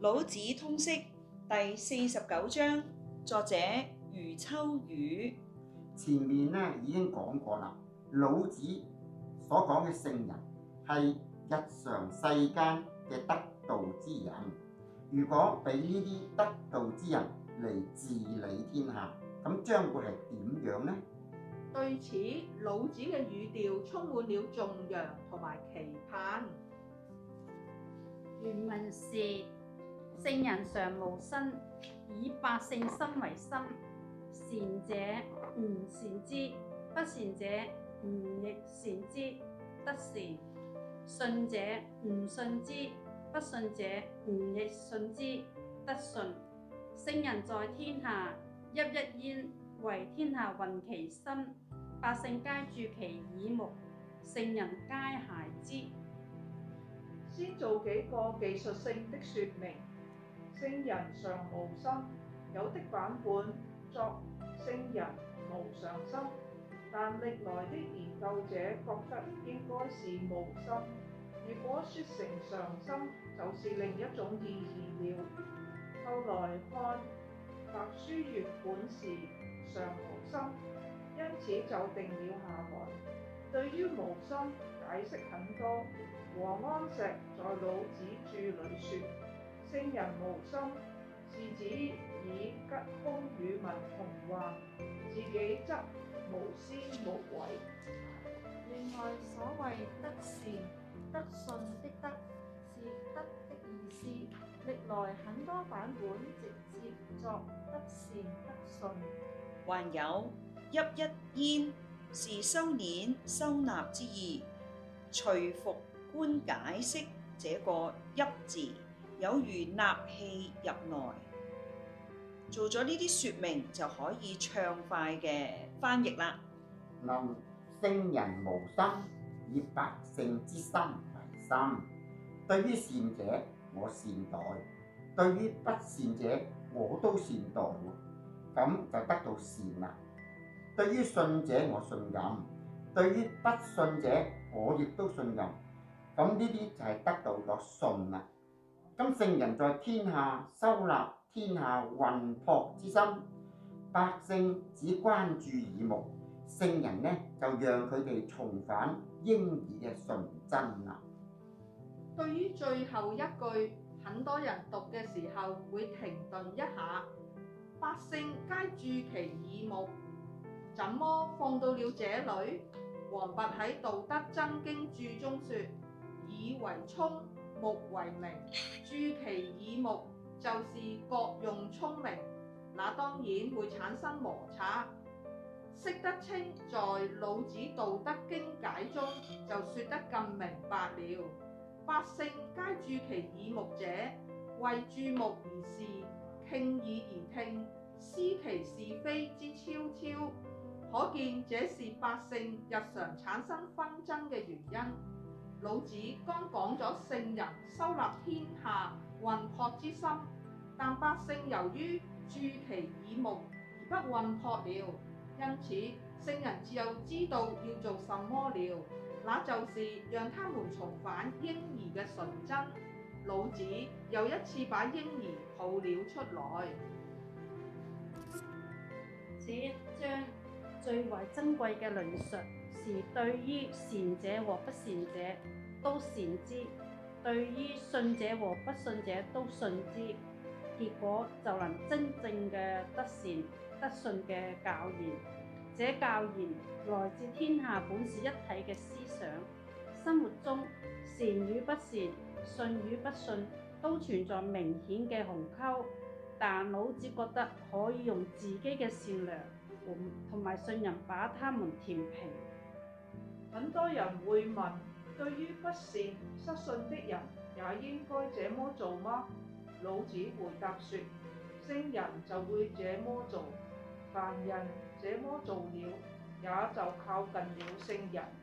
老子通釋第49章，作者余秋雨。 前面已經講過啦，老子所講嘅聖人係日常世間嘅得道之人。如果俾呢啲得道之人嚟治理天下，咁將會係點樣呢？ 對此，老子嘅語調充滿了頌揚同埋期盼。 原文是：聖人常無身，以百姓心為心。善者吾善之，不善者吾亦善之，得善；信者吾信之，不信者吾亦信之，得信。聖人在天下，一一焉，為天下運其心，百姓皆注其耳目，聖人皆諧之。 先做幾個技術性的說明。聖人常無心，有的版本作聖人無常心，但歷來的研究者覺得應該是無心。如果說成常心，就是另一種意義了。後來看白書月本是常無心，因此就定了下來。對於無心解釋很多，王安石在《老子注》裏說：聖人無心，是指以吉凶與民同患，自己則無私無為。 另外，所謂得善、得信的得，是得的意思。歷來很多版本直接作得善得信。 還有一一焉，是收斂收納之意。徐復觀解釋這個一字，有如納氣入內。做咗呢啲說明，就可以暢快嘅翻譯啦。 能聖人無心，以百姓之心為心。對於善者我善待，對於不善者我都善待，咁就得到善啦。對於信者我信任，對於不信者我亦都信任，咁呢啲就係得到咗信啦。咁聖人在天下收納天下運樸之心，百姓只關注耳目，聖人就讓佢哋重返嬰兒嘅純真啦。 對於最後一句，很多人讀嘅時候會停頓一下。百姓皆注其耳目，怎麼放到了這裡？王弼喺《道德真經注》中說：耳為聰，目為明，注其耳目就是各用聰明，那當然會產生摩擦。釋德清在《老子道德經解》中就說得更明白了：百姓皆注其耳目者，為注目而視，傾耳而聽，思其是非之悄悄。可見這是百姓日常產生紛爭嘅原因。老子剛講咗聖人收納天下運樸之心，但百姓由於注其耳目而不運樸了，因此聖人只有知道要做什麼了，那就是讓他們重返嬰兒嘅純真。老子又一次把嬰兒抱了出來。 這一章最為珍貴嘅論述是對於善者和不善者都善之，對於信者和不信者都信之，結果就能真正嘅得善得信嘅教言。這教言來自天下本是一體嘅思想，生活中善與不善、信與不信都存在明顯嘅鴻溝，但老子覺得可以用自己嘅善良同埋信任把他們填平。 很多人會問：對於不善失信的人，也應該這麼做嗎？老子回答說：聖人就會這麼做，凡人這麼做了，也就靠近了聖人。